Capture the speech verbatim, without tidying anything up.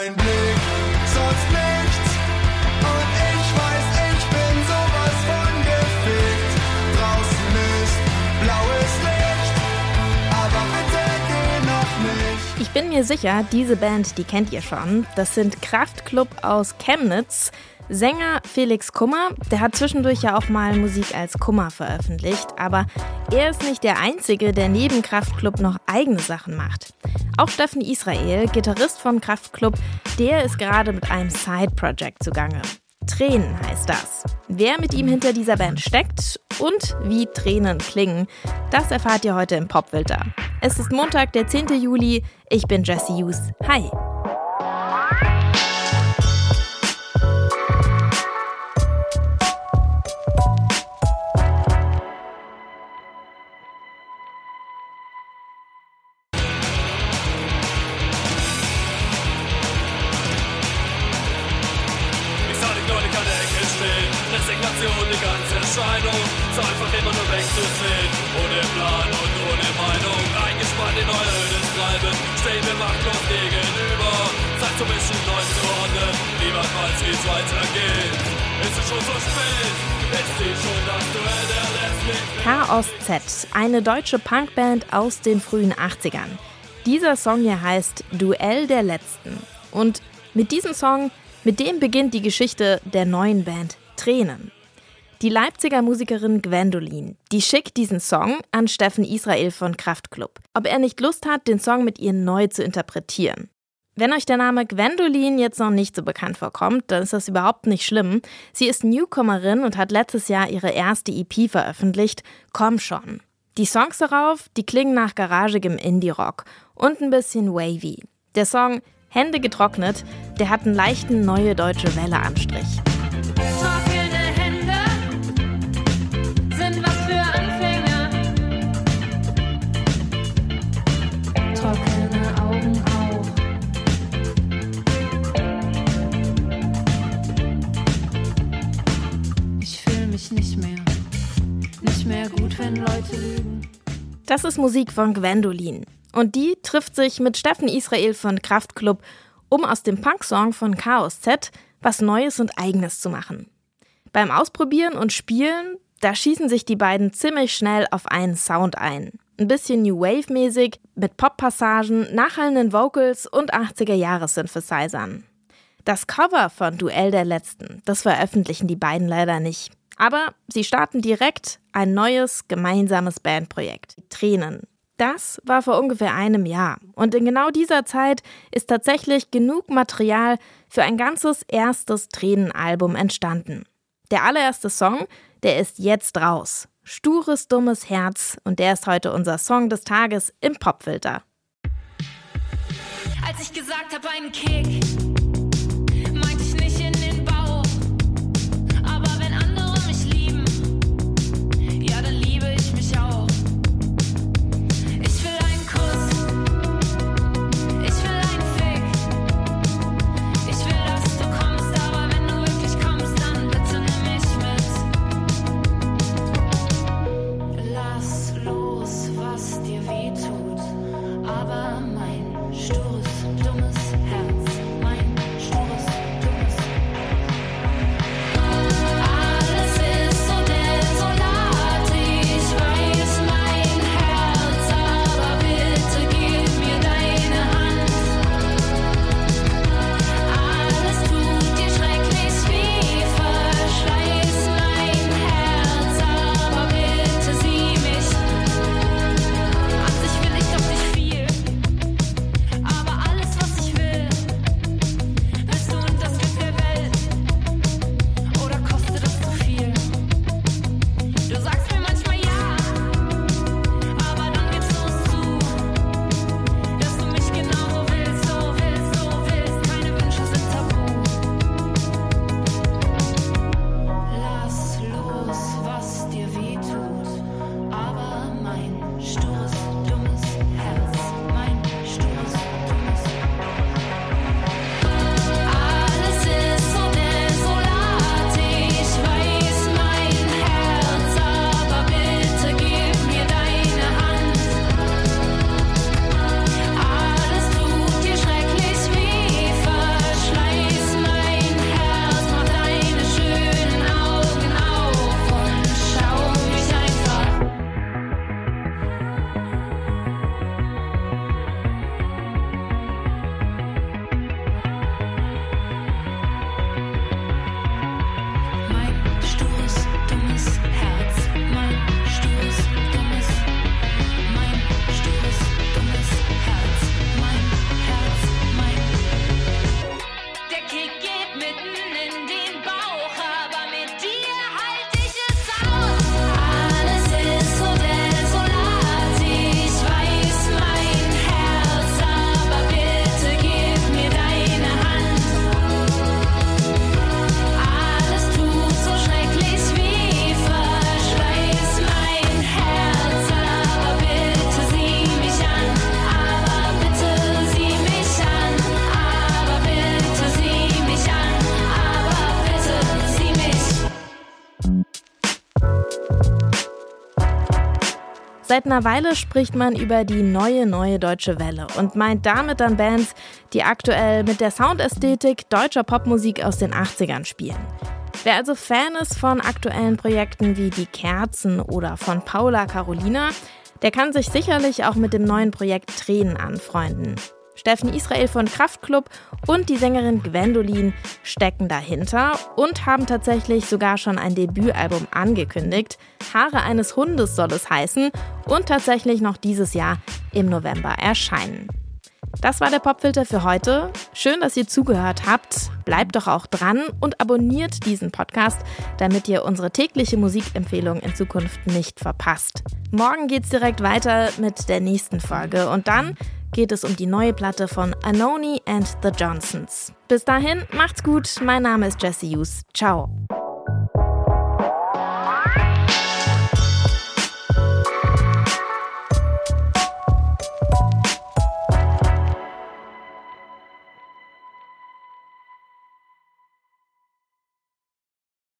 dein Blick, sonst nichts. Und ich weiß, ich bin sowas von gefickt. Draußen ist blaues Licht, aber bitte geh noch nicht. Ich bin mir sicher, diese Band, die kennt ihr schon. Das sind Kraftklub aus Chemnitz. Sänger Felix Kummer, der hat zwischendurch ja auch mal Musik als Kummer veröffentlicht, aber er ist nicht der Einzige, der neben Kraftklub noch eigene Sachen macht. Auch Steffen Israel, Gitarrist von Kraftklub, der ist gerade mit einem Side-Project zugange. Tränen heißt das. Wer mit ihm hinter dieser Band steckt und wie Tränen klingen, das erfahrt ihr heute im Popfilter. Es ist Montag, der zehnten Juli. Ich bin Jessie Hughes. Hi! Resignation, die ganze Erscheinung, so einfach immer nur wegzusehen, ohne Plan und ohne Meinung, eingespannt in euer ödes Treiben, stehen wir machtlos gegenüber, Zeit zu mischen, neu zu ordnen, niemand weiß, wie es weitergeht, ist es schon so spät, ist sie schon das Duell der letzten... Chaos Z, eine deutsche Punkband aus den frühen achtzigern. Dieser Song hier heißt Duell der Letzten und mit diesem Song, mit dem beginnt die Geschichte der neuen Band Tränen. Die Leipziger Musikerin Gwendolyn, die schickt diesen Song an Steffen Israel von Kraftklub, ob er nicht Lust hat, den Song mit ihr neu zu interpretieren. Wenn euch der Name Gwendolyn jetzt noch nicht so bekannt vorkommt, dann ist das überhaupt nicht schlimm. Sie ist Newcomerin und hat letztes Jahr ihre erste E P veröffentlicht, Komm schon. Die Songs darauf, die klingen nach garagigem Indie-Rock und ein bisschen wavy. Der Song Hände getrocknet, der hat einen leichten Neue Deutsche Welle-Anstrich. Trockene Hände sind was für Anfänger. Trockene Augen auch. Ich fühle mich nicht mehr, nicht mehr gut, wenn Leute lügen. Das ist Musik von Gwendolyn. Und die trifft sich mit Steffen Israel von Kraftklub, um aus dem Punksong von Chaos Z was Neues und Eigenes zu machen. Beim Ausprobieren und Spielen, da schießen sich die beiden ziemlich schnell auf einen Sound ein. Ein bisschen New Wave-mäßig, mit Pop-Passagen, nachhallenden Vocals und achtziger-Jahres-Synthesizern. Das Cover von Duell der Letzten, das veröffentlichen die beiden leider nicht. Aber sie starten direkt ein neues, gemeinsames Bandprojekt, Tränen. Das war vor ungefähr einem Jahr. Und in genau dieser Zeit ist tatsächlich genug Material für ein ganzes erstes Tränenalbum entstanden. Der allererste Song, der ist jetzt raus. Stures, dummes Herz. Und der ist heute unser Song des Tages im Popfilter. Als ich gesagt habe, einen Kick, meinte ich nicht in den Bauch. Aber wenn andere mich lieben, ja, dann liebe ich mich auch. Ich will einen Kuss, ich will einen Fick. Ich will, dass du kommst, aber wenn du wirklich kommst, dann bitte nimm mich mit. Lass los, was dir weh tut, aber mein stures, dummes Herz, mein Seit einer Weile spricht man über die neue, neue deutsche Welle und meint damit dann Bands, die aktuell mit der Soundästhetik deutscher Popmusik aus den achtzigern spielen. Wer also Fan ist von aktuellen Projekten wie Die Kerzen oder von Paula Carolina, der kann sich sicherlich auch mit dem neuen Projekt Tränen anfreunden. Steffen Israel von Kraftklub und die Sängerin Gwendolyn stecken dahinter und haben tatsächlich sogar schon ein Debütalbum angekündigt. Haare eines Hundes soll es heißen und tatsächlich noch dieses Jahr im November erscheinen. Das war der Popfilter für heute. Schön, dass ihr zugehört habt. Bleibt doch auch dran und abonniert diesen Podcast, damit ihr unsere tägliche Musikempfehlung in Zukunft nicht verpasst. Morgen geht's direkt weiter mit der nächsten Folge und dann geht es um die neue Platte von Anohni and the Johnsons. Bis dahin, macht's gut. Mein Name ist Jessie Hughes. Ciao.